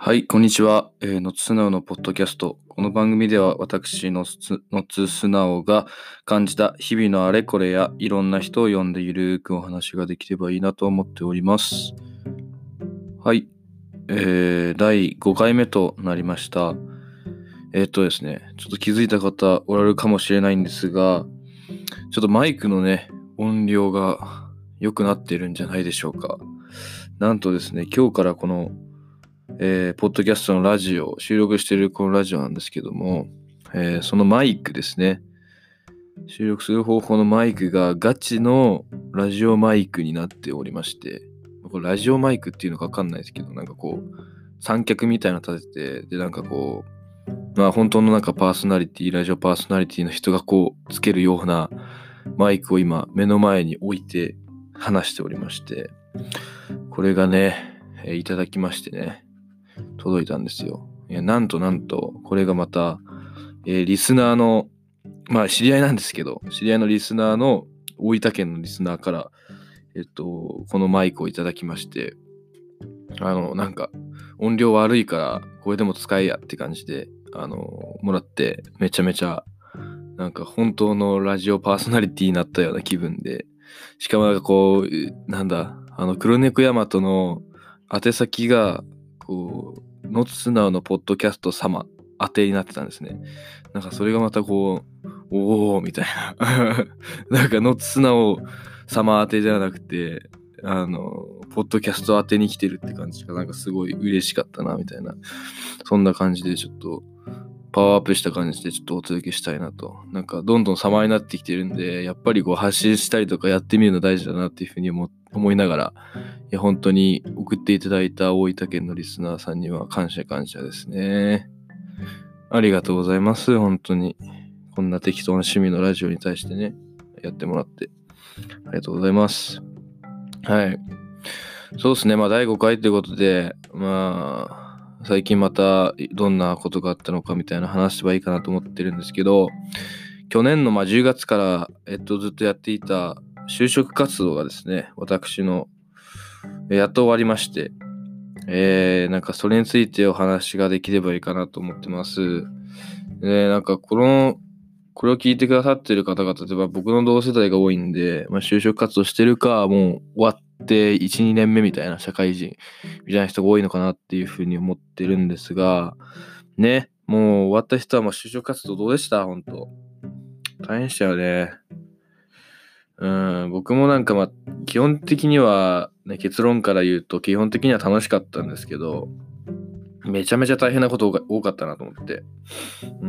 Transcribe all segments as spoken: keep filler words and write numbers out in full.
はい、こんにちは。えー、のつすなおのポッドキャスト。この番組では私のつのつすなおが感じた日々のあれこれやいろんな人を呼んでゆるーくお話ができればいいなと思っております。はい、えー、だいごかいめとなりました。えーっとですね、ちょっと気づいた方おられるかもしれないんですが、ちょっとマイクのね、音量が良くなっているんじゃないでしょうか。なんとですね、今日からこのえー、ポッドキャストのラジオ、収録しているこのラジオなんですけども、えー、そのマイクですね。収録する方法のマイクがガチのラジオマイクになっておりまして、これラジオマイクっていうのかわかんないですけど、なんかこう、三脚みたいなの立てて、で、なんかこう、まあ本当のなんかパーソナリティ、ラジオパーソナリティの人がこう、つけるようなマイクを今、目の前に置いて話しておりまして、これがね、えー、いただきましてね、届いたんですよ。いや、なんとなんと、これがまた、えー、リスナーの、まあ知り合いなんですけど、知り合いのリスナーの、大分県のリスナーから、えっと、このマイクをいただきまして、あの、なんか、音量悪いから、これでも使えやって感じで、あの、もらって、めちゃめちゃ、なんか本当のラジオパーソナリティになったような気分で、しかもなんかこう、なんだ、あの、黒猫ヤマトの宛先が、こう、ノッツナウのポッドキャスト様宛てになってたんですね。なんかそれがまたこう、おーみたいな。なんかノッツナウ様宛てじゃなくて、あの、ポッドキャスト宛てに来てるって感じがなんかすごい嬉しかったな、みたいな。そんな感じでちょっと、パワーアップした感じでちょっとお届けしたいなと。なんかどんどん様になってきてるんで、やっぱりこう発信したりとかやってみるの大事だなっていうふうに思思いながら、いや本当に送っていただいた大分県のリスナーさんには感謝感謝ですね。ありがとうございます。本当に。こんな適当な趣味のラジオに対してね、やってもらって。ありがとうございます。はい。そうですね。まあだいごかいということで、まあ、最近またどんなことがあったのかみたいな話せばいいかなと思ってるんですけど、去年のまあじゅうがつから、えっと、ずっとやっていた就職活動がですね、私のやっと終わりまして、えー、なんかそれについてお話ができればいいかなと思ってます。で、なんかこの、これを聞いてくださってる方々、例えば僕の同世代が多いんで、まあ、就職活動してるか、もう終わっていち、にねんめみたいな社会人みたいな人が多いのかなっていうふうに思ってるんですが、ね、もう終わった人はもう就職活動どうでした？本当大変でしたよね。うん、僕もなんかまあ、基本的には、ね、結論から言うと基本的には楽しかったんですけど、めちゃめちゃ大変なことが多かったなと思って。うん。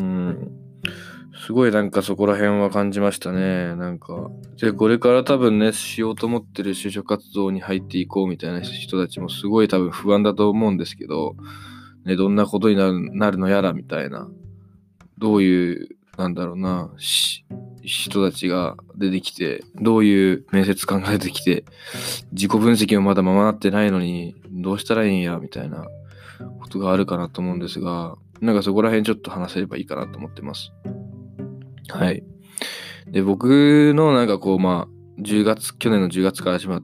すごいなんかそこら辺は感じましたね。なんか。で、これから多分ね、しようと思ってる就職活動に入っていこうみたいな人たちもすごい多分不安だと思うんですけど、ね、どんなことになる、なるのやらみたいな。どういう、なんだろうな、し人たちが出てきて、どういう面接官が出てきて、自己分析もまだままなってないのに、どうしたらいいんや、みたいなことがあるかなと思うんですが、なんかそこら辺ちょっと話せればいいかなと思ってます。はい。で、僕のなんかこう、まあ、じゅうがつ、去年のじゅうがつから始まって、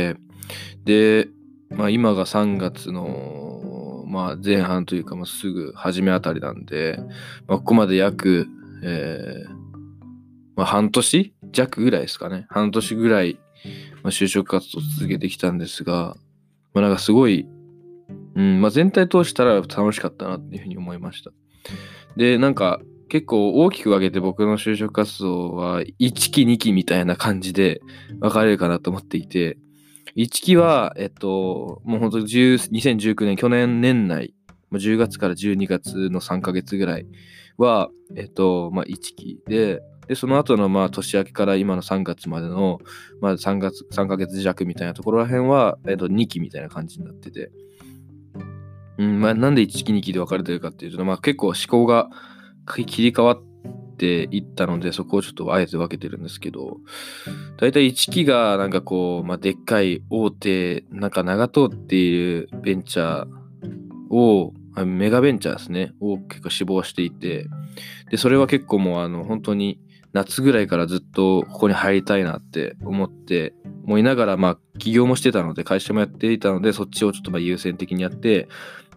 で、まあ今がさんがつの、まあ前半というか、まあ、すぐ初めあたりなんで、まあここまで約、えー、まあ半年弱ぐらいですかね。半年ぐらい、まあ、就職活動を続けてきたんですが、まあなんかすごい、うん、まあ全体通したら楽しかったなっていうふうに思いました。で、なんか結構大きく分けて僕の就職活動はいちきにきみたいな感じで分かれるかなと思っていて、いちきは、えっと、もうほんとにせんじゅうきゅうねん、去年年内、じゅうがつからじゅうにがつのさんかげつぐらいは、えっと、まあいちきで、で、その後のまあ年明けから今のさんがつまでの、まあさんがつ、さんかげつ弱みたいなところら辺は、えっと、にきみたいな感じになってて、うん、まあなんでいちきにきで分かれてるかっていうと、まあ結構思考が切り替わっていったので、そこをちょっとあえて分けてるんですけど、だいたいいちきがなんかこう、まあ、でっかい大手、なんか長通っているベンチャーを、メガベンチャーですね、を結構志望していて、で、それは結構もうあの、本当に夏ぐらいからずっとここに入りたいなって思って、思いながら、まあ、起業もしてたので、会社もやっていたので、そっちをちょっとまあ優先的にやって、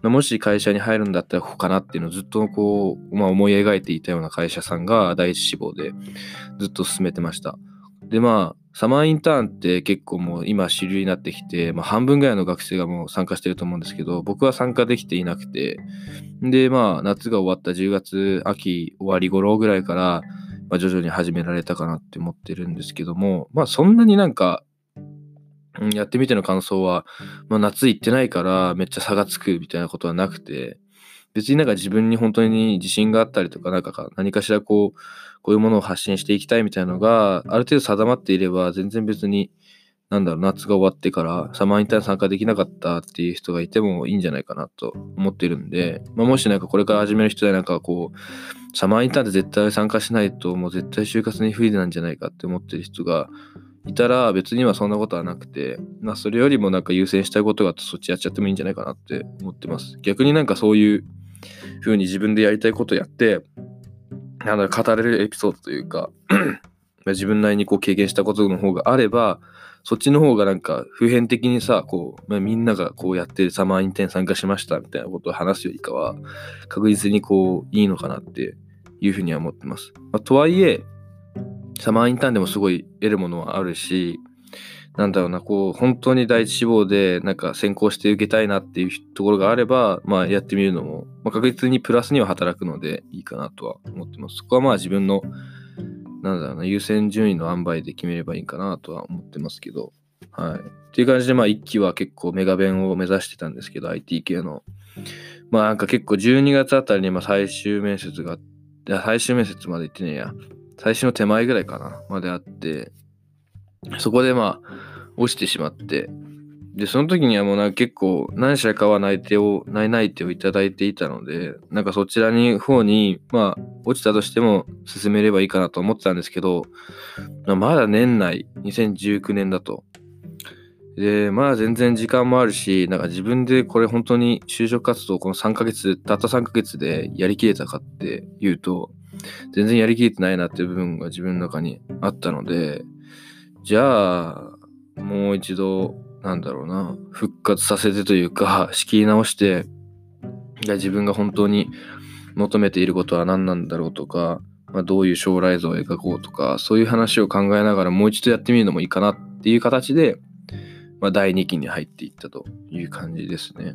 まあ、もし会社に入るんだったらここかなっていうのをずっとこう、まあ、思い描いていたような会社さんが第一志望でずっと進めてました。でまあサマーインターンって結構もう今主流になってきて、まあ、半分ぐらいの学生がもう参加してると思うんですけど、僕は参加できていなくて、でまあ夏が終わったじゅうがつ秋終わり頃ぐらいから、まあ、徐々に始められたかなって思ってるんですけども、まあそんなになんかうんやってみての感想は、まあ、夏行ってないからめっちゃ差がつくみたいなことはなくて、別になんか自分に本当に自信があったりとか、なんかか何かしらこう、こういうものを発信していきたいみたいなのが、ある程度定まっていれば、全然別に、なんだろう、夏が終わってからサマーインターン参加できなかったっていう人がいてもいいんじゃないかなと思ってるんで、まあ、もしなんかこれから始める人でなんかこう、サマーインターンで絶対参加しないともう絶対就活に不利なんじゃないかって思ってる人がいたら、別にはそんなことはなくて、まあそれよりもなんか優先したいことがあってそっちやっちゃってもいいんじゃないかなって思ってます。逆になんかそういう風に自分でやりたいことやって、なんだろう、語れるエピソードというか自分なりにこう経験したことの方があれば、そっちの方がなんか普遍的にさ、こう、まあ、みんながこうやってるサマーインテン参加しましたみたいなことを話すよりかは、確実にこういいのかなっていうふうには思ってます。まあ、とはいえ、サマーインターンでもすごい得るものはあるし、なんだろうな、こう、本当に第一志望で、なんか先行して受けたいなっていうところがあれば、まあやってみるのも、まあ、確実にプラスには働くのでいいかなとは思ってます。そこはまあ自分の、なんだろうな、優先順位の塩梅で決めればいいかなとは思ってますけど、はい。っていう感じで、まあ一期は結構メガ弁を目指してたんですけど、アイティー 系の。まあなんか結構じゅうにがつあたりにまあ最終面接が、いや最終面接まで行ってねえや。最初の手前ぐらいかな、まであって、そこでまあ、落ちてしまって、で、その時にはもうなんか結構何社かは内定を、内内定をいただいていたので、なんかそちらに方に、まあ、落ちたとしても進めればいいかなと思ってたんですけど、まあまだ年内、にせんじゅうきゅうねんだと。で、まあ全然時間もあるし、なんか自分でこれ本当に就職活動このさんかげつ、たったさんかげつでやりきれたかっていうと、全然やりきれてないなっていう部分が自分の中にあったので、じゃあ、もう一度、なんだろうな、復活させてというか、仕切り直して、いや自分が本当に求めていることは何なんだろうとか、まあ、どういう将来像を描こうとか、そういう話を考えながらもう一度やってみるのもいいかなっていう形で、まあ、だいにきに入っていったという感じですね。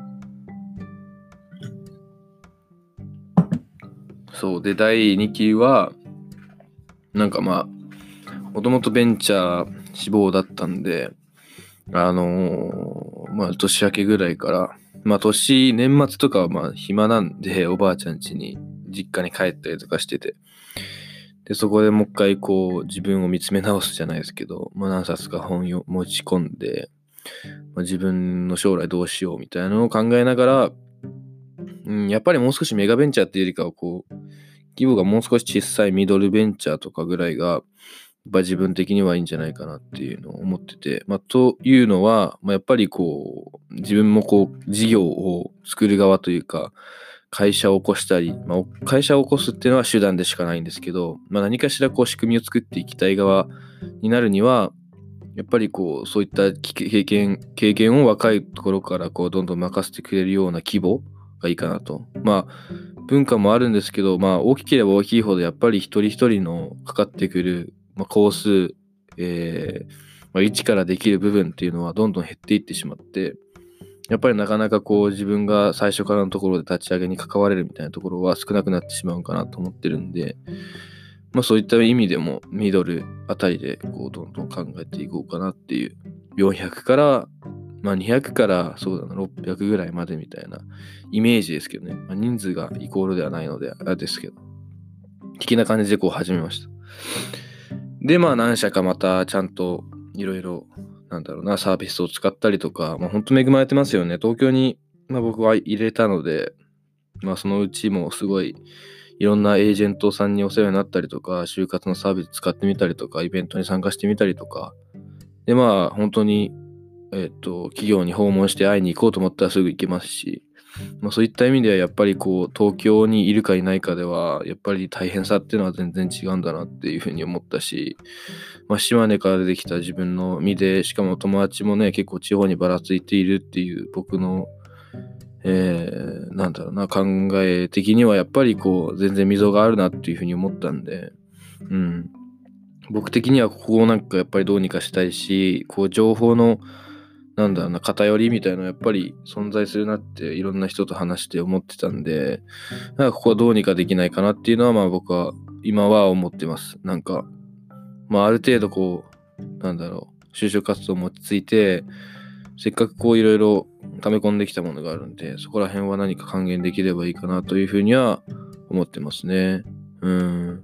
そうで、だいにきは、なんかまあ、もともとベンチャー志望だったんで、あのー、まあ年明けぐらいから、まあ年、年末とかはまあ暇なんで、おばあちゃん家に、実家に帰ったりとかしてて、で、そこでもう一回こう自分を見つめ直すじゃないですけど、まあ何冊か本を持ち込んで、まあ、自分の将来どうしようみたいなのを考えながら、うん、やっぱりもう少しメガベンチャーっていうよりかはこう、規模がもう少し小さいミドルベンチャーとかぐらいが、やっぱ自分的にはいいんじゃないかなっていうのを思ってて、まあ、というのは、まあ、やっぱりこう、自分もこう、事業を作る側というか、会社を起こしたり、まあ、会社を起こすっていうのは手段でしかないんですけど、まあ、何かしらこう仕組みを作っていきたい側になるには、やっぱりこう、そういった経験、経験を若いところからこう、どんどん任せてくれるような規模がいいかなと。まあ、文化もあるんですけど、まあ、大きければ大きいほど、やっぱり一人一人のかかってくる、まあ、工数、えーまあ、一からできる部分っていうのはどんどん減っていってしまって、やっぱりなかなかこう自分が最初からのところで立ち上げに関われるみたいなところは少なくなってしまうかなと思ってるんで、まあそういった意味でもミドルあたりでこうどんどん考えていこうかなっていう、よんひゃくからまあにひゃくからそうだなろっぴゃくぐらいまでみたいなイメージですけどね、まあ、人数がイコールではないのであれですけど、的な感じでこう始めました。でまあ何社かまたちゃんといろいろなんだろうなサービスを使ったりとか、まあ本当恵まれてますよね。東京に、まあ、僕は入れたので、まあそのうちもすごいいろんなエージェントさんにお世話になったりとか、就活のサービス使ってみたりとか、イベントに参加してみたりとか、でまあ本当にえっと企業に訪問して会いに行こうと思ったらすぐ行けますし、まあ、そういった意味ではやっぱりこう東京にいるかいないかではやっぱり大変さっていうのは全然違うんだなっていうふうに思ったし、まあ、島根から出てきた自分の身で、しかも友達もね結構地方にばらついているっていう僕の、 えー、なんだろうな、考え的にはやっぱりこう全然溝があるなっていうふうに思ったんで、うん、僕的にはここをなんかやっぱりどうにかしたいし、こう情報のなんだろうな、偏りみたいなのやっぱり存在するなっていろんな人と話して思ってたんで、なんかここはどうにかできないかなっていうのはまあ僕は今は思ってます。なんか、まあある程度こう、なんだろう、就職活動も落ち着いて、せっかくこういろいろ溜め込んできたものがあるんで、そこら辺は何か還元できればいいかなというふうには思ってますね。うん。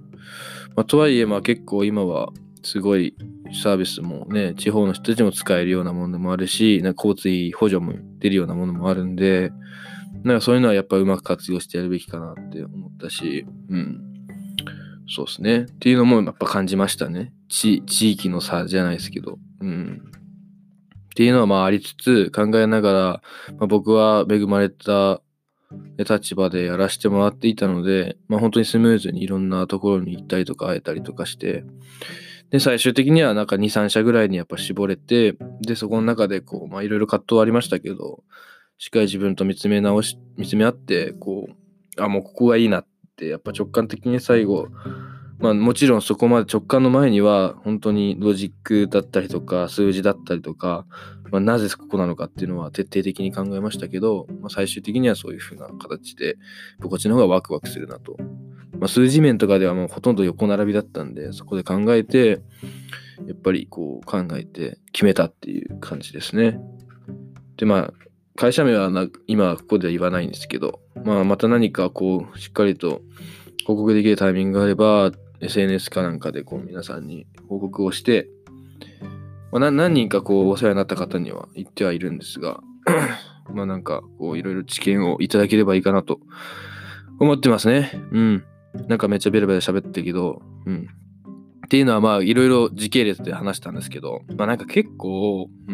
まあ、とはいえ、まあ結構今はすごいサービスもね、地方の人たちも使えるようなものもあるし、なんか交通費補助も出るようなものもあるんで、なんかそういうのはやっぱうまく活用してやるべきかなって思ったし、うん。そうですね。っていうのもやっぱ感じましたね。地、地域の差じゃないですけど。うん。っていうのはまあありつつ考えながら、まあ、僕は恵まれた立場でやらせてもらっていたので、まあ本当にスムーズにいろんなところに行ったりとか会えたりとかして、で、最終的にはなんかに、さん社ぐらいにやっぱ絞れて、で、そこの中でこう、まあいろいろ葛藤はありましたけど、しっかり自分と見つめ直し、見つめ合って、こう、あ、もうここがいいなって、やっぱ直感的に最後、まあもちろんそこまで直感の前には、本当にロジックだったりとか、数字だったりとか、まあ、なぜここなのかっていうのは徹底的に考えましたけど、まあ、最終的にはそういう風な形で、僕こっちの方がワクワクするなと。まあ、数字面とかではもうほとんど横並びだったんで、そこで考えて、やっぱりこう考えて決めたっていう感じですね。で、まあ、会社名はな今ここでは言わないんですけど、まあ、また何かこう、しっかりと報告できるタイミングがあれば、エスエヌエス かなんかでこう皆さんに報告をして、まあ、何人かこうお世話になった方には言ってはいるんですが、まあなんかこういろいろ知見をいただければいいかなと思ってますね。うん。なんかめっちゃベラベラ喋ってるけど、うん。っていうのはまあいろいろ時系列で話したんですけど、まあなんか結構、うん、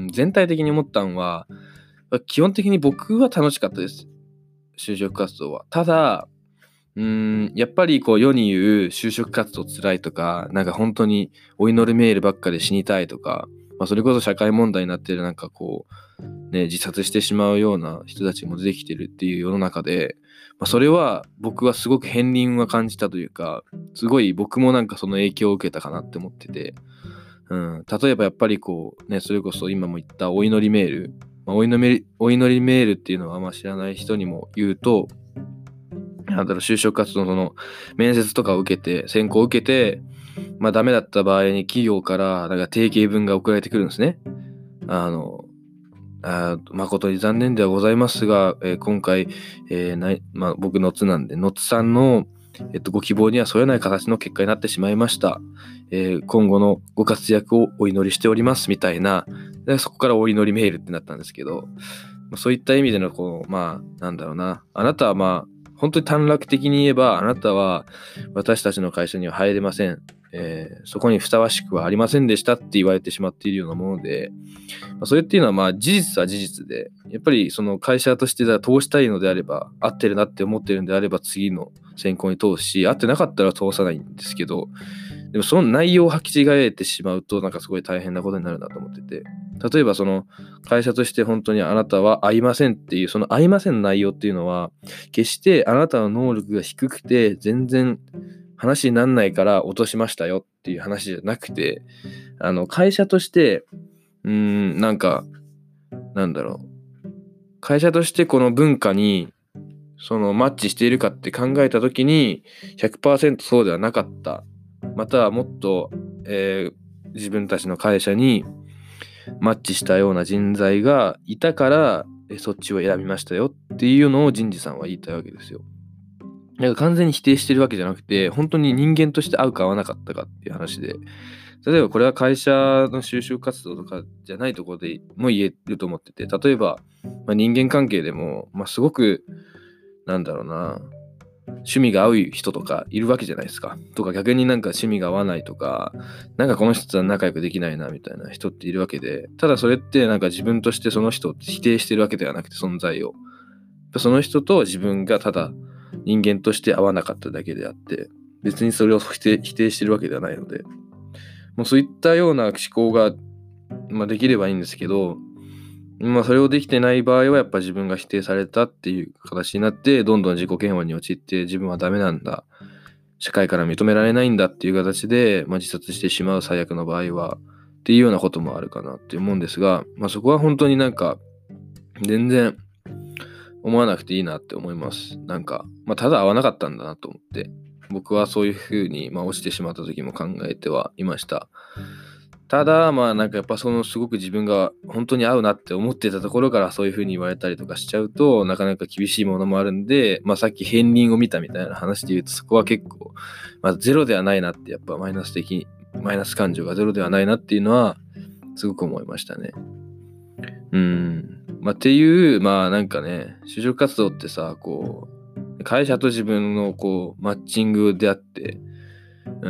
全体的に思ったのは、基本的に僕は楽しかったです。就職活動は。ただ、うーん、やっぱりこう世に言う就職活動辛いとか、なんか本当にお祈るメールばっかで死にたいとか、まあ、それこそ社会問題になってるなんかこう、ね、自殺してしまうような人たちも出てきてるっていう世の中で、まあ、それは僕はすごく片鱗は感じたというか、すごい僕もなんかその影響を受けたかなって思ってて、うん、例えばやっぱりこうね、それこそ今も言ったお祈りメール、まあ、お祈り、お祈りメールっていうのはあんま知らない人にも言うと、なんだろう、就職活動のその面接とかを受けて、選考を受けて、まあダメだった場合に企業からなんか定型文が送られてくるんですね。あの、あ誠に残念ではございますが、えー今回、えーないまあ、僕のつなんで、のつさんの、えっと、ご希望には沿えない形の結果になってしまいました。えー今後のご活躍をお祈りしておりますみたいな、でそこからお祈りメールってなったんですけど、まあそういった意味でのこう、まあ、なんだろうな、あなたはまあ、本当に短絡的に言えば、あなたは私たちの会社には入れません。えーそこにふさわしくはありませんでしたって言われてしまっているようなもので、まあ、それっていうのはまあ事実は事実で、やっぱりその会社として通したいのであれば、合ってるなって思ってるんであれば次の選考に通すし、合ってなかったら通さないんですけど、でもその内容を履き違えてしまうとなんかすごい大変なことになるなと思ってて、例えばその会社として本当にあなたは合いませんっていう、その合いませんの内容っていうのは、決してあなたの能力が低くて全然話になんないから落としましたよっていう話じゃなくて、あの会社としてうーんなんかなんだろう会社としてこの文化にそのマッチしているかって考えたときに ひゃくパーセント そうではなかった、またはもっと、えー自分たちの会社にマッチしたような人材がいたからえそっちを選びましたよっていうのを人事さんは言いたいわけですよ。だから完全に否定してるわけじゃなくて、本当に人間として合うか合わなかったかっていう話で、例えばこれは会社の就職活動とかじゃないところでも言えると思ってて、例えば、まあ、人間関係でも、まあ、すごくなんだろうな趣味が合う人とかいるわけじゃないですか。とか逆になんか趣味が合わないとか、なんかこの人とは仲良くできないなみたいな人っているわけで、ただそれってなんか自分としてその人を否定してるわけではなくて存在を。その人と自分がただ人間として合わなかっただけであって、別にそれを否定、否定してるわけではないので、もうそういったような思考が、まあ、できればいいんですけど、 まあそれをできてない場合はやっぱ自分が否定されたっていう形になって、どんどん自己嫌悪に陥って自分はダメなんだ、社会から認められないんだっていう形で、まあ、自殺してしまう、最悪の場合はっていうようなこともあるかなって思うんですが、まあそこは本当になんか全然思わなくていいなって思います。なんか、まあただ合わなかったんだなと思って、僕はそういうふうに、まあ、落ちてしまった時も考えてはいました。ただまあなんかやっぱそのすごく自分が本当に合うなって思ってたところからそういう風に言われたりとかしちゃうと、なかなか厳しいものもあるんで、まあさっき片鱗を見たみたいな話で言うと、そこは結構、まあ、ゼロではないなって、やっぱマイナス的マイナス感情がゼロではないなっていうのはすごく思いましたね。うーんまあっていう、まあなんかね、就職活動ってさ、こう会社と自分のこうマッチングであって、うん、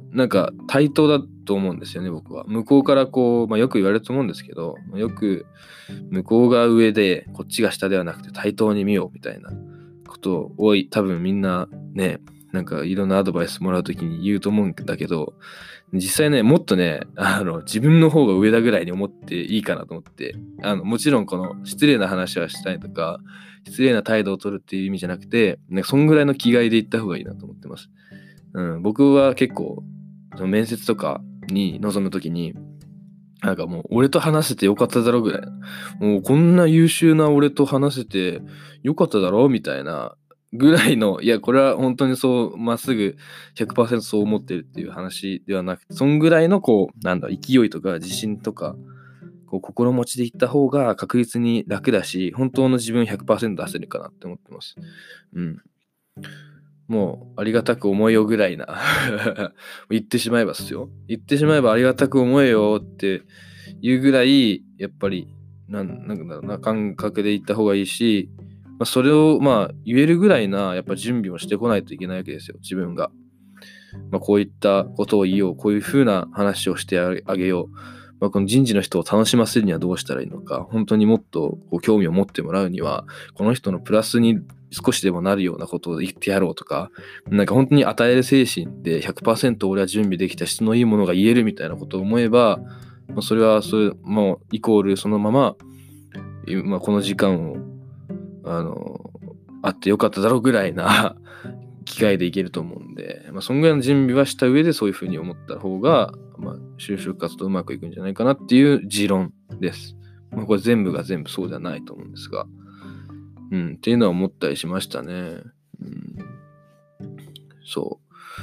なんか対等だと思うんですよね、僕は。向こうからこう、まあ、よく言われると思うんですけど、よく向こうが上でこっちが下ではなくて対等に見ようみたいなことを多分みんなね、なんかいろんなアドバイスもらうときに言うと思うんだけど、実際ね、もっとね、あの自分の方が上だぐらいに思っていいかなと思って、あのもちろんこの失礼な話はしたいとか、失礼な態度を取るっていう意味じゃなくて、ね、そんぐらいの気概で言った方がいいなと思ってます。うん、僕は結構その面接とかに臨むときに、なんかもう俺と話せてよかっただろうぐらい、もうこんな優秀な俺と話せてよかっただろうみたいなぐらいの、いやこれは本当にそうまっすぐ ひゃくパーセント そう思ってるっていう話ではなくて、そんぐらいのこうなんだ勢いとか自信とかこう心持ちでいった方が確実に楽だし、本当の自分 ひゃくパーセント 出せるかなって思ってます。うん。もうありがたく思えよぐらいな言ってしまえばっすよ。言ってしまえばありがたく思えよっていうぐらい、やっぱりなんなんだろうな、感覚で言った方がいいし、まあ、それをまあ言えるぐらいなやっぱ準備をしてこないといけないわけですよ、自分が。まあ、こういったことを言おう、こういう風な話をしてあげよう。まあ、この人事の人を楽しませるにはどうしたらいいのか、本当にもっとこう興味を持ってもらうには、この人のプラスに少しでもなるようなことを言ってやろうとか、なんか本当に与える精神で ひゃくパーセント 俺は準備できた質のいいものが言えるみたいなことを思えば、まあ、それはそれもうイコールそのまま、まあ、この時間をあのあってよかっただろうぐらいな機会でいけると思うんで、まあ、そんぐらいの準備はした上でそういうふうに思った方が、まあ、就職活動うまくいくんじゃないかなっていう持論です。まあ、これ全部が全部そうではないと思うんですが、うん、っていうのは思ったりしましたね。うん、そう。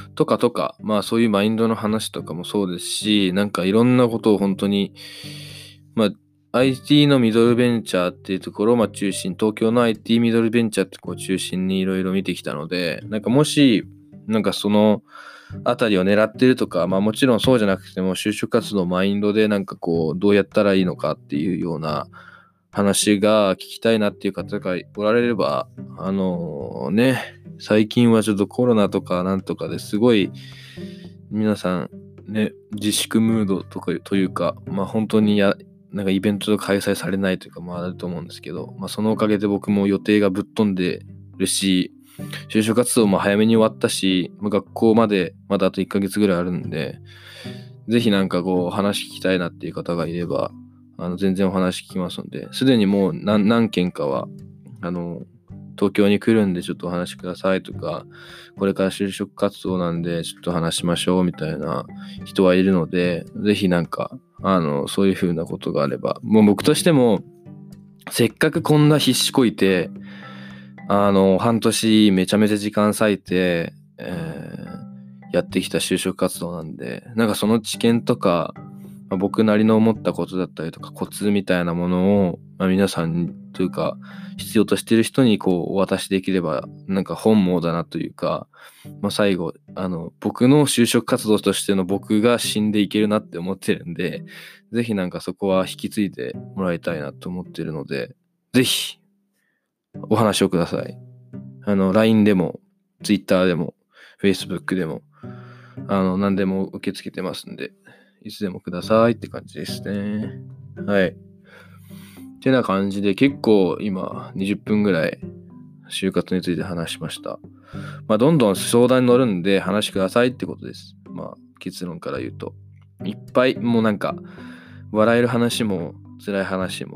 とかとか、まあそういうマインドの話とかもそうですし、なんかいろんなことを本当に、まあ アイティー のミドルベンチャーっていうところをまあ中心、東京の アイティー ミドルベンチャーってこう中心にいろいろ見てきたので、なんかもし、なんかそのあたりを狙ってるとか、まあもちろんそうじゃなくても就職活動マインドでなんかこうどうやったらいいのかっていうような話が聞きたいなっていう方がおられれば、あのね、最近はちょっとコロナとかなんとかですごい皆さんね、自粛ムードとかというか、まあ本当にや、なんかイベントが開催されないというか、まああると思うんですけど、まあそのおかげで僕も予定がぶっ飛んでるし、就職活動も早めに終わったし、学校までまだあといっかげつぐらいあるんで、ぜひなんかこう話聞きたいなっていう方がいれば、あの全然お話聞きますので、すでにもう 何, 何件かは、あの、東京に来るんでちょっとお話しくださいとか、これから就職活動なんでちょっと話しましょうみたいな人はいるので、ぜひなんか、あの、そういう風なことがあれば、もう僕としても、せっかくこんな必死こいて、あの、半年めちゃめちゃ時間割いて、えー、やってきた就職活動なんで、なんかその知見とか、まあ、僕なりの思ったことだったりとかコツみたいなものを、まあ、皆さんというか必要としている人にこうお渡しできればなんか本望だなというか、まあ、最後あの僕の就職活動としての僕が死んでいけるなって思ってるんで、ぜひなんかそこは引き継いでもらいたいなと思ってるので、ぜひお話をください。あの ライン でも Twitter でも Facebook でもあの何でも受け付けてますんで、いつでもくださいって感じですね。はい。ってな感じで結構今にじゅっぷんぐらい就活について話しました。まあどんどん相談に乗るんで話してくださいってことです。まあ結論から言うと。いっぱいもうなんか笑える話も辛い話も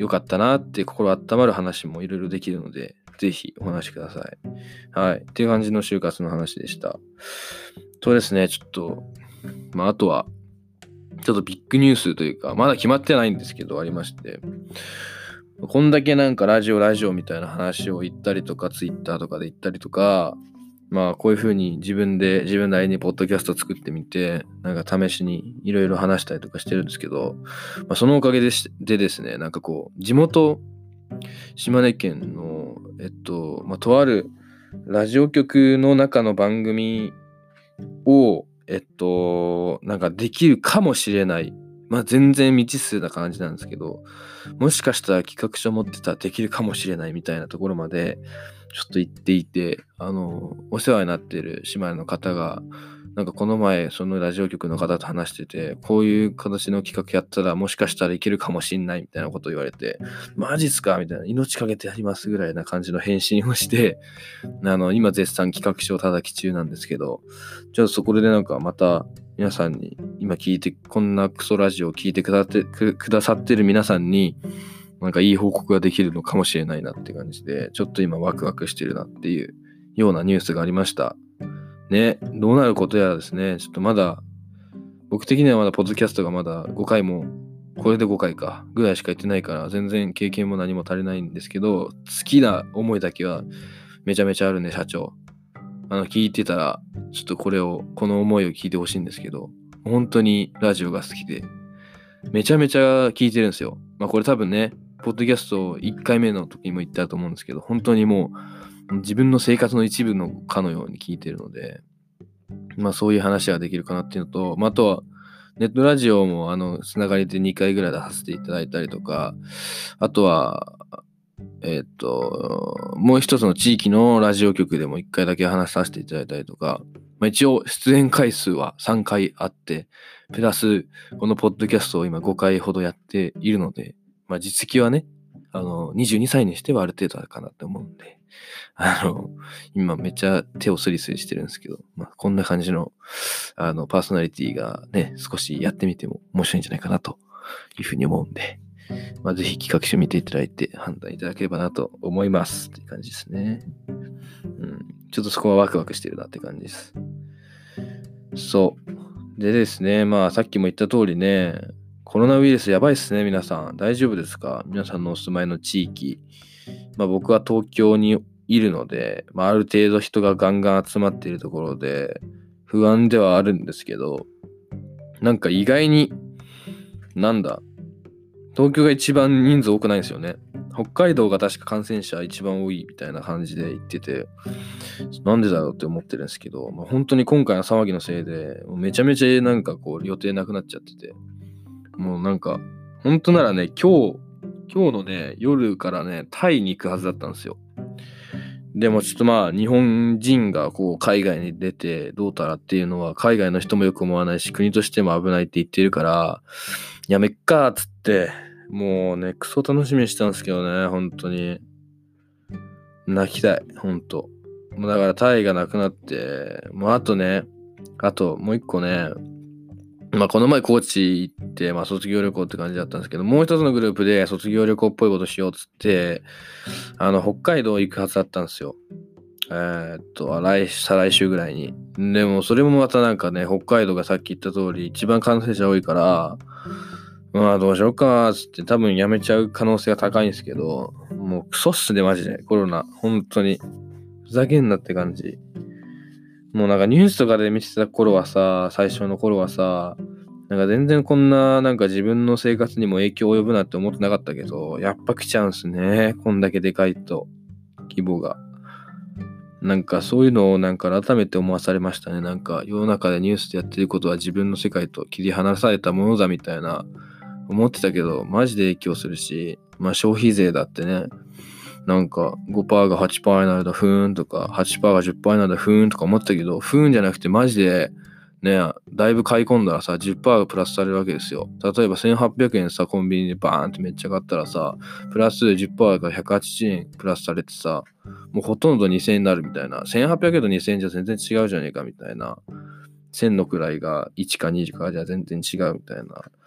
良かったなって心温まる話もいろいろできるので、ぜひお話しください。はい。っていう感じの就活の話でした。そうですね、ちょっと、まあ、あとは、ちょっとビッグニュースというか、まだ決まってないんですけど、ありまして、こんだけなんかラジオラジオみたいな話を言ったりとか、ツイッターとかで言ったりとか、まあこういう風に自分で自分なりにポッドキャスト作ってみて、なんか試しにいろいろ話したりとかしてるんですけど、まあ、そのおかげでしでですね、なんかこう地元島根県のえっとまあとあるラジオ局の中の番組をえっとなんかできるかもしれない。まあ全然未知数な感じなんですけど、もしかしたら企画書持ってたらできるかもしれないみたいなところまでちょっと行っていて、あのお世話になっている島根の方がなんかこの前そのラジオ局の方と話してて、こういう形の企画やったらもしかしたらいけるかもしんないみたいなことを言われて、マジっすかみたいな、命かけてやりますぐらいな感じの返信をして、あの今絶賛企画書を叩き中なんですけど、ちょっとそこでなんかまた皆さんに今聞いて、こんなクソラジオを聞いてくだってくくださってる皆さんになんかいい報告ができるのかもしれないなって感じで、ちょっと今ワクワクしてるなっていうようなニュースがありました。ね、どうなることやらですね、ちょっとまだ、僕的にはまだポッドキャストがまだごかいも、これでごかいか、ぐらいしか言ってないから、全然経験も何も足りないんですけど、好きな思いだけはめちゃめちゃあるね、社長。あの、聞いてたら、ちょっとこれを、この思いを聞いてほしいんですけど、本当にラジオが好きで、めちゃめちゃ聞いてるんですよ。まあこれ多分ね、ポッドキャストいっかいめの時にも言ったと思うんですけど、本当にもう自分の生活の一部のかのように聞いてるので、まあそういう話ができるかなっていうのと、まああとはネットラジオもあのつながりでにかいぐらい出させていただいたりとか、あとは、えっと、もう一つの地域のラジオ局でもいっかいだけ話させていただいたりとか、まあ、一応出演回数はさんかいあって、プラスこのポッドキャストを今ごかいほどやっているので、まあ実績はね、あの、にじゅうにさいにしてはある程度あるかなって思うんで、あの、今めっちゃ手をスリスリしてるんですけど、まあこんな感じの、あの、パーソナリティがね、少しやってみても面白いんじゃないかなというふうに思うんで、まあ、ぜひ企画書見ていただいて判断いただければなと思いますっていう感じですね。うん。ちょっとそこはワクワクしてるなって感じです。そう。でですね、まあさっきも言った通りね、コロナウイルスやばいっすね、皆さん。大丈夫ですか？皆さんのお住まいの地域。まあ僕は東京にいるので、まあある程度人がガンガン集まっているところで、不安ではあるんですけど、なんか意外に、なんだ、東京が一番人数多くないんですよね。北海道が確か感染者一番多いみたいな感じで言ってて、なんでだろうって思ってるんですけど、まあ、本当に今回の騒ぎのせいで、もうめちゃめちゃなんかこう予定なくなっちゃってて、もうなんか、本当ならね、今日、今日のね、夜からね、タイに行くはずだったんですよ。でもちょっとまあ日本人がこう海外に出てどうたらっていうのは海外の人もよく思わないし国としても危ないって言ってるからやめっかーっつってもうねクソ楽しみにしてたんですけどね本当に泣きたい本当もうだからタイがなくなってもうあとねあともう一個ねまあこの前高知行ってまあ卒業旅行って感じだったんですけどもう一つのグループで卒業旅行っぽいことしようっつってあの北海道行くはずだったんですよ。えー、っと来再来週ぐらいにでもそれもまたなんかね北海道がさっき言った通り一番感染者多いからまあどうしようかっつって多分やめちゃう可能性が高いんですけどもうクソっすねマジでコロナ本当にふざけんなって感じ。もうなんかニュースとかで見てた頃はさ最初の頃はさなんか全然こんななんか自分の生活にも影響を及ぶなって思ってなかったけどやっぱ来ちゃうんすねこんだけでかいと規模がなんかそういうのをなんか改めて思わされましたね。なんか世の中でニュースでやってることは自分の世界と切り離されたものだみたいな思ってたけどマジで影響するし、まあ消費税だってね、なんか ごパーセント が はちパーセント になるとふーんとか はちパーセント が じゅっパーセント になるとふーんとか思ってたけど、ふーんじゃなくてマジでね、だいぶ買い込んだらさ じゅっパーセント がプラスされるわけですよ。例えばせんはっぴゃくえんさコンビニでバーンってめっちゃ買ったらさプラス じゅっパーセント がひゃくはちじゅうえんプラスされてさもうほとんどにせんえんになるみたいな。せんはっぴゃくえんとにせんえんじゃ全然違うじゃねえかみたいな。せんの位がいちかにかじゃ全然違うみたいな。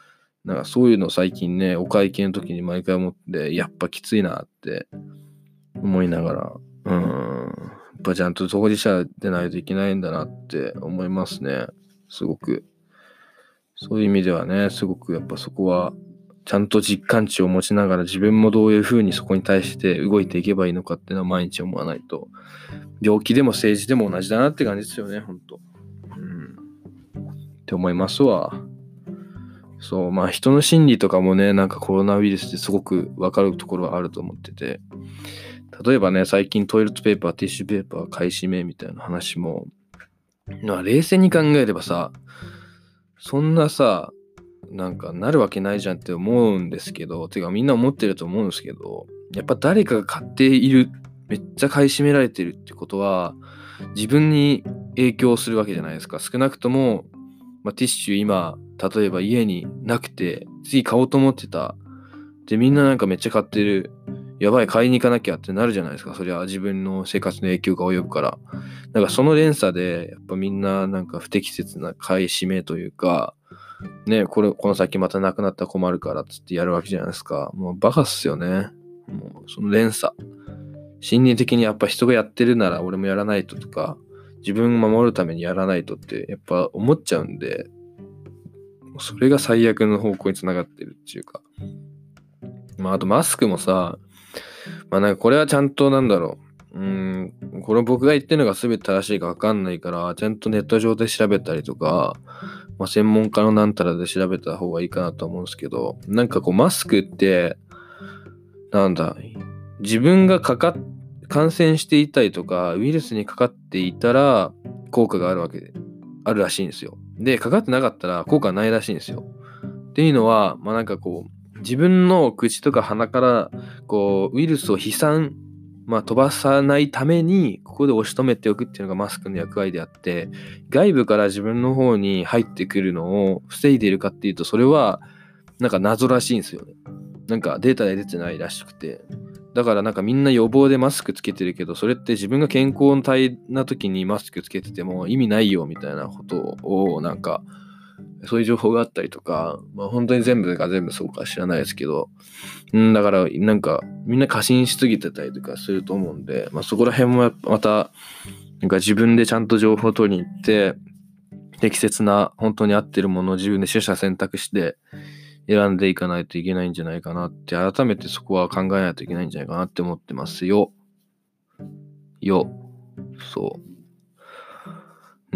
なんかそういうの最近ね、お会計の時に毎回思って、やっぱきついなって思いながら、うーん、やっぱちゃんと当事者でないといけないんだなって思いますね。すごく。そういう意味ではね、すごくやっぱそこは、ちゃんと実感値を持ちながら自分もどういうふうにそこに対して動いていけばいいのかっていうのは毎日思わないと、病気でも政治でも同じだなって感じですよね、ほんと。うん。って思いますわ。そう、まあ人の心理とかもね、なんかコロナウイルスですごく分かるところはあると思ってて、例えばね、最近トイレットペーパー、ティッシュペーパー買い占めみたいな話も、まあ冷静に考えればさ、そんなさ、なんかなるわけないじゃんって思うんですけど、てかみんな思ってると思うんですけど、やっぱ誰かが買っている、めっちゃ買い占められてるってことは、自分に影響するわけじゃないですか。少なくとも、まあ、ティッシュ今、例えば家になくて、次買おうと思ってた。で、みんななんかめっちゃ買ってる。やばい、買いに行かなきゃってなるじゃないですか。そりゃ自分の生活の影響が及ぶから。だからその連鎖で、やっぱみんななんか不適切な買い占めというか、ね、これ、この先またなくなったら困るからっつってやるわけじゃないですか。もうバカっすよね。もうその連鎖。心理的にやっぱ人がやってるなら俺もやらないととか、自分を守るためにやらないとってやっぱ思っちゃうんで、それが最悪の方向につながってるっていうか。まああとマスクもさ、まあなんかこれはちゃんとなんだろう。うーん、これ僕が言ってるのが全て正しいか分かんないから、ちゃんとネット上で調べたりとか、まあ、専門家のなんたらで調べた方がいいかなと思うんですけど、なんかこうマスクって、なんだ、自分がかかっ感染していたりとか、ウイルスにかかっていたら効果があるわけで、あるらしいんですよ。で、かかってなかったら効果ないらしいんですよ。っていうのは、まあなんかこう、自分の口とか鼻からこうウイルスを飛散、まあ、飛ばさないためにここで押し止めておくっていうのがマスクの役割であって、外部から自分の方に入ってくるのを防いでいるかっていうと、それはなんか謎らしいんですよね。なんかデータで出てないらしくて、だからなんかみんな予防でマスクつけてるけど、それって自分が健康体な時にマスクつけてても意味ないよみたいなことをなんかそういう情報があったりとか、まあ本当に全部が全部そうか知らないですけど、うんだからなんかみんな過信しすぎてたりとかすると思うんで、まあそこら辺もまたなんか自分でちゃんと情報を取りに行って適切な本当に合ってるものを自分で取捨選択して選んでいかないといけないんじゃないかなって、改めてそこは考えないといけないんじゃないかなって思ってますよ。よ。そう。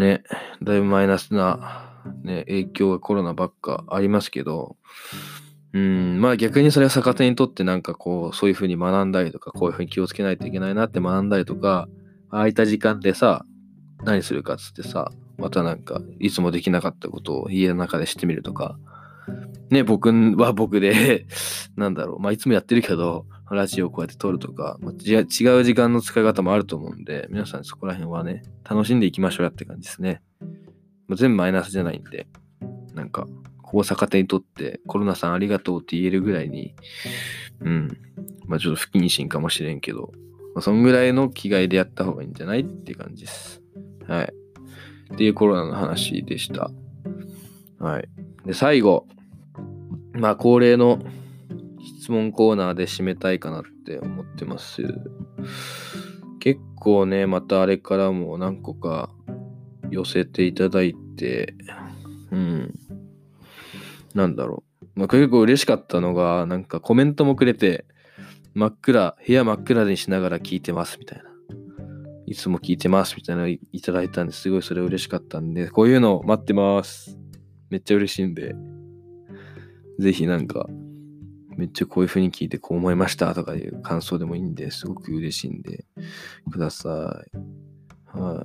ね。だいぶマイナスな、ね、影響がコロナばっかありますけど、うん、まあ逆にそれは逆手にとってなんかこう、そういう風に学んだりとか、こういう風に気をつけないといけないなって学んだりとか、空いた時間でさ、何するかっつってさ、またなんか、いつもできなかったことを家の中でしてみるとか、ね、僕は僕で、なんだろう、まあいつもやってるけど、ラジオをこうやって撮るとか、まあ、違う時間の使い方もあると思うんで、皆さんそこら辺はね、楽しんでいきましょうやって感じですね。まあ、全部マイナスじゃないんで、なんか、ここを逆手にとってコロナさんありがとうって言えるぐらいに、うん、まあちょっと不謹慎かもしれんけど、まあ、そんぐらいの気概でやった方がいいんじゃないっていう感じです。はい。っていうコロナの話でした。はい。で、最後、まあ恒例の質問コーナーで締めたいかなって思ってます。結構ね、またあれからも何個か寄せていただいて、うん。なんだろう。まあ、結構嬉しかったのが、なんかコメントもくれて、真っ暗、部屋真っ暗にしながら聞いてますみたいな。いつも聞いてますみたいなのいただいたんですごいそれ嬉しかったんで、こういうの待ってます。めっちゃ嬉しいんで、ぜひなんか、めっちゃこういう風に聞いてこう思いましたとかいう感想でもいいんで、すごく嬉しいんで、ください。はい。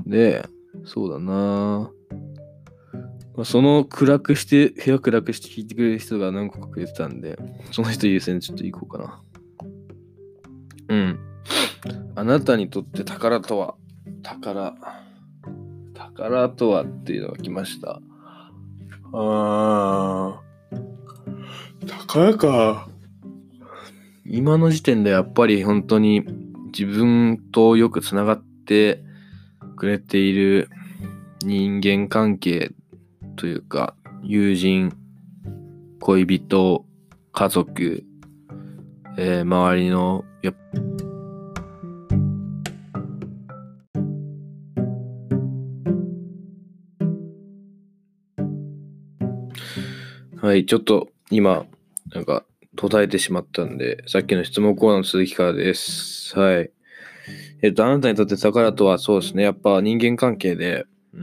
で、そうだなその暗くして、部屋暗くして聞いてくれる人が何個かくれてたんで、その人優先ちょっと行こうかな。うん。あなたにとって宝とは、宝、宝とはっていうのが来ました。あー、宝か。今の時点でやっぱり本当に自分とよくつながってくれている人間関係というか友人恋人、家族、えー、周りのやっはい、ちょっと今なんか途絶えてしまったんで、さっきの質問コーナーの続きからです。はい。えっと、あなたにとって宝とはそうですね、やっぱ人間関係で、うん、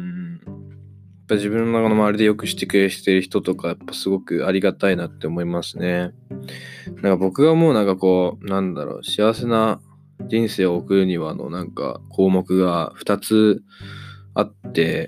やっぱ自分の周りでよくしてくれてる人とか、やっぱすごくありがたいなって思いますね。なんか僕がもうなんかこう、なんだろう、幸せな人生を送るにはのなんか項目がふたつあって、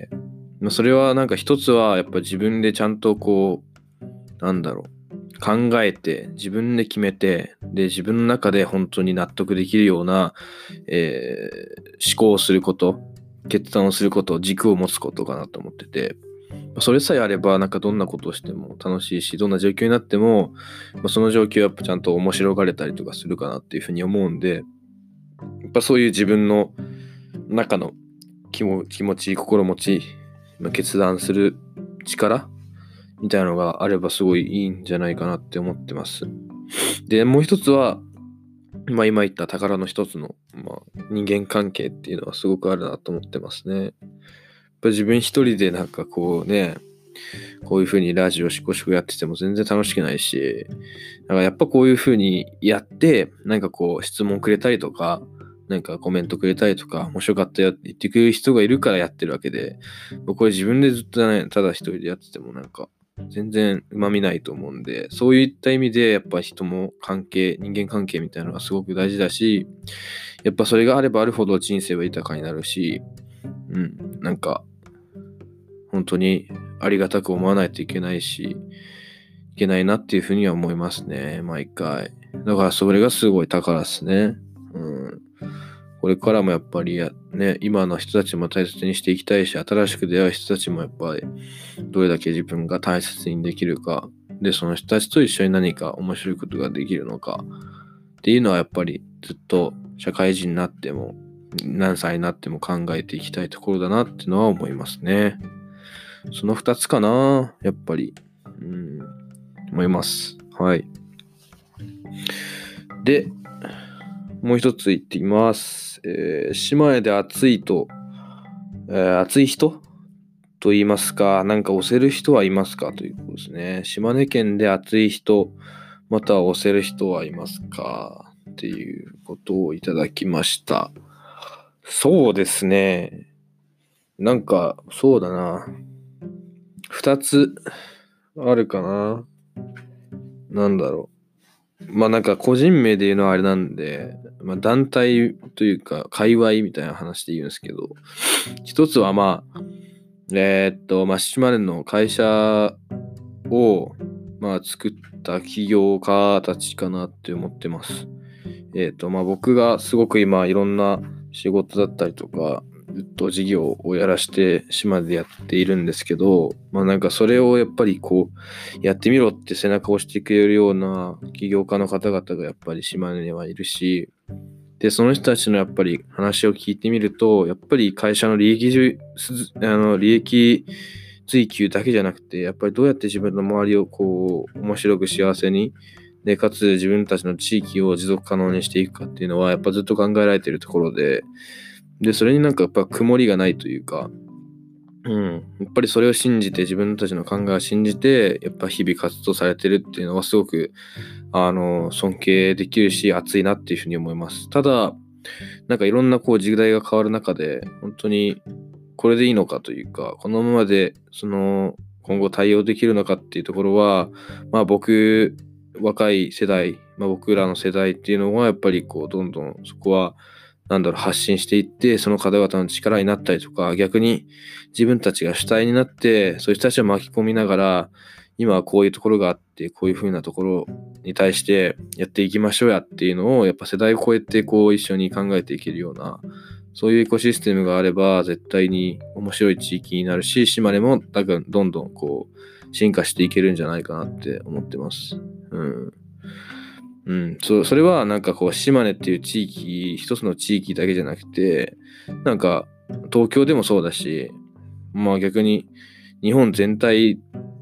それはなんかひとつはやっぱ自分でちゃんとこう、なんだろう、考えて自分で決めて、で自分の中で本当に納得できるような、えー思考をすること、決断をすること、軸を持つことかなと思ってて、それさえあればなんかどんなことをしても楽しいし、どんな状況になっても、まあ、その状況はやっぱちゃんと面白がれたりとかするかなっていうふうに思うんで、やっぱそういう自分の中の気も気持ち、心持ち、まあ、決断する力みたいなのがあればすごいいいんじゃないかなって思ってます。で、もう一つは、まあ、今言った宝の一つの、まあ、人間関係っていうのはすごくあるなと思ってますね。やっぱ自分一人でなんかこうね、こういう風にラジオシコシコやってても全然楽しくないし、だからやっぱこういう風にやって、なんかこう質問くれたりとか、なんかコメントくれたりとか、面白かったよって言ってくれる人がいるからやってるわけで、これ自分でずっとね、ただ一人でやっててもなんか、全然うまみないと思うんで、そういった意味でやっぱ人も関係、人間関係みたいなのがすごく大事だし、やっぱそれがあればあるほど人生は豊かになるし、うん、なんか本当にありがたく思わないといけないし、いけないなっていうふうには思いますね、毎回。だからそれがすごい宝ですね。うん。これからもやっぱりや、ね、今の人たちも大切にしていきたいし、新しく出会う人たちもやっぱりどれだけ自分が大切にできるか、で、その人たちと一緒に何か面白いことができるのかっていうのはやっぱりずっと社会人になっても、何歳になっても考えていきたいところだなっていうのは思いますね。その二つかな、やっぱり、うん、思います。はい。で、もう一つ言ってみます。えー、島根で暑いと、えー、暑い人と言いますか、なんか押せる人はいますかということですね。島根県で暑い人、または押せる人はいますかっていうことをいただきました。そうですね。なんか、そうだな。二つあるかな。なんだろう。まあなんか個人名で言うのはあれなんで、まあ団体というか界隈みたいな話で言うんですけど、一つはまあ、えー、っと、まあ島根の会社をまあ作った起業家たちかなって思ってます。えー、っとまあ僕がすごく今いろんな仕事だったりとか、ずっと事業をやらして島でやっているんですけど、まあなんかそれをやっぱりこうやってみろって背中を押してくれるような起業家の方々がやっぱり島根にはいるし、でその人たちのやっぱり話を聞いてみると、やっぱり会社の利益じゅあの利益追求だけじゃなくて、やっぱりどうやって自分の周りをこう面白く幸せにでかつ自分たちの地域を持続可能にしていくかっていうのはやっぱずっと考えられているところで、でそれになんかやっぱ曇りがないというか、うん、やっぱりそれを信じて自分たちの考えを信じてやっぱ日々活動されてるっていうのはすごくあの尊敬できるし熱いなっていうふうに思います。ただなんかいろんなこう時代が変わる中で本当にこれでいいのかというか、このままでその今後対応できるのかっていうところは、まあ僕若い世代、まあ、僕らの世代っていうのはやっぱりこうどんどんそこはなんだろう発信していって、その方々の力になったりとか、逆に自分たちが主体になってそういう人たちを巻き込みながら、今はこういうところがあってこういう風なところに対してやっていきましょうやっていうのをやっぱ世代を超えてこう一緒に考えていけるような、そういうエコシステムがあれば絶対に面白い地域になるし、島根も多分どんどんこう進化していけるんじゃないかなって思ってます。うん。うん。そ、それはなんかこう島根っていう地域、一つの地域だけじゃなくて、なんか東京でもそうだし、まあ逆に日本全体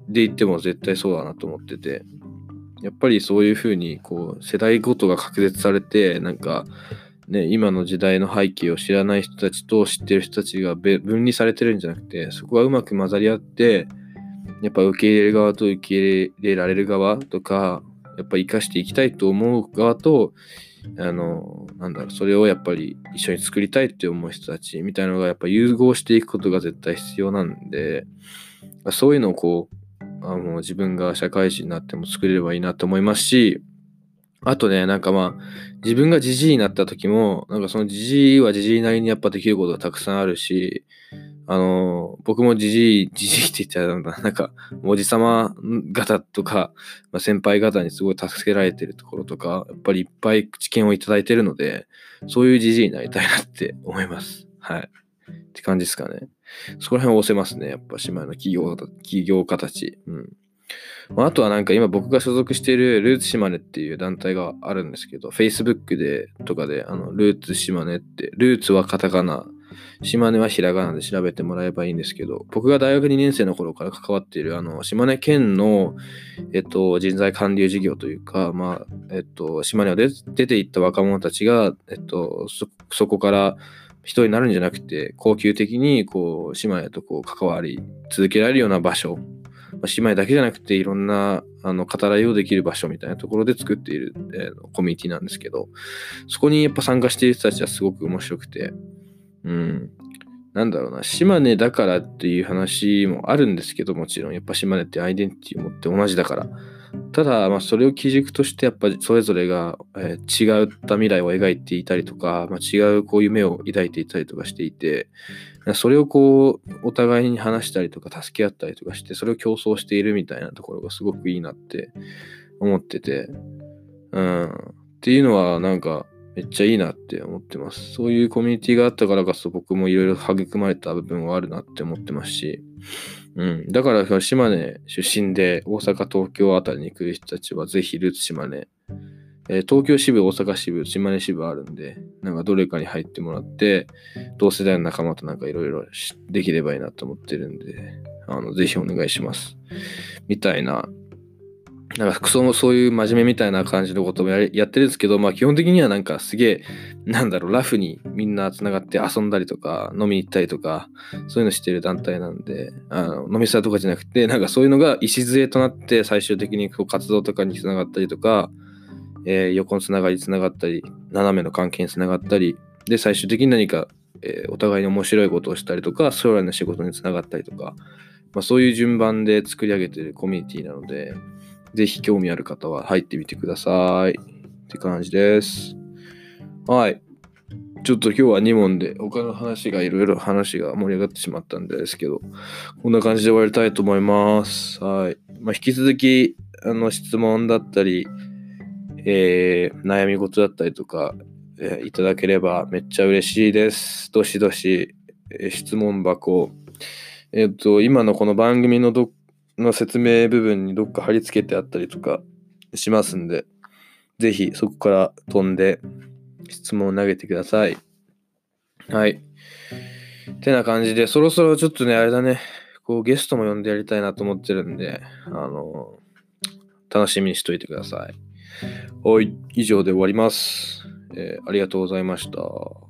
で言っても絶対そうだなと思ってて、やっぱりそういう風にこう世代ごとが隔絶されて、なんかね、今の時代の背景を知らない人たちと知ってる人たちが分離されてるんじゃなくて、そこがうまく混ざり合って、やっぱ受け入れる側と受け入れられる側とか、やっぱ生かしていきたいと思う側と、あの、なんだろう、それをやっぱり一緒に作りたいって思う人たちみたいなのがやっぱ融合していくことが絶対必要なんで、そういうのをこう、あの自分が社会人になっても作れればいいなと思いますし、あとね、なんかまあ、自分がジジイになった時も、なんかそのジジイはジジイなりにやっぱできることがたくさんあるし、あの、僕もジジイ、ジジイって言っちゃうんだ。なんか、おじさま方とか、まあ、先輩方にすごい助けられてるところとか、やっぱりいっぱい知見をいただいてるので、そういうジジイになりたいなって思います。はい。って感じですかね。そこら辺を押せますね。やっぱ姉妹の企業、企業家たち。うん。あとはなんか今僕が所属しているルーツ島根っていう団体があるんですけど、Facebook でとかであのルーツ島根って、ルーツはカタカナ、島根はひらがなで調べてもらえばいいんですけど、僕が大学にねん生の頃から関わっているあの島根県の、えっと、人材還流事業というか、まあ、えっと、島根を出ていった若者たちが、えっと、そ、そこから人になるんじゃなくて、恒久的にこう島根とこう関わり続けられるような場所、姉妹だけじゃなくていろんなあの語らいをできる場所みたいなところで作っている、えー、コミュニティなんですけど、そこにやっぱ参加している人たちはすごく面白くて、うん、なんだろうな、島根だからっていう話もあるんですけど、もちろんやっぱ島根ってアイデンティティを持って同じだから、ただまあそれを基軸としてやっぱりそれぞれが、えー、違った未来を描いていたりとか、まあ、違うこう夢を抱いていたりとかしていて、それをこうお互いに話したりとか助け合ったりとかして、それを競争しているみたいなところがすごくいいなって思ってて、うん、っていうのはなんかめっちゃいいなって思ってます。そういうコミュニティがあったからこそ僕もいろいろ育まれた部分はあるなって思ってますし、うん、だから島根出身で大阪東京あたりに来る人たちはぜひルーツ島根、えー、東京支部、大阪支部、島根支部あるんで、なんかどれかに入ってもらって、同世代の仲間となんかいろいろできればいいなと思ってるんで、あの、ぜひお願いします。みたいな、なんかクソもそういう真面目みたいな感じのことも や, やってるんですけど、まあ基本的にはなんかすげえ、なんだろう、ラフにみんな繋がって遊んだりとか、飲みに行ったりとか、そういうのしてる団体なんで、あの飲み会とかじゃなくて、なんかそういうのが礎となって最終的にこう活動とかに繋がったりとか、えー、横のつながりにつながったり、斜めの関係につながったり、で、最終的に何か、えー、お互いに面白いことをしたりとか、将来の仕事につながったりとか、まあ、そういう順番で作り上げているコミュニティなので、ぜひ興味ある方は入ってみてください。って感じです。はい。ちょっと今日はに問で、他の話がいろいろ話が盛り上がってしまったんですけど、こんな感じで終わりたいと思います。はい。まあ、引き続き、あの、質問だったり、えー、悩み事だったりとか、えー、いただければめっちゃ嬉しいです。どしどし、えー、質問箱、えっと、今のこの番組のどの説明部分にどっか貼り付けてあったりとかしますんで、ぜひそこから飛んで質問を投げてください。はい。てな感じで、そろそろちょっとね、あれだね、こうゲストも呼んでやりたいなと思ってるんで、あの、楽しみにしといてください。はい、以上で終わります。えー、ありがとうございました。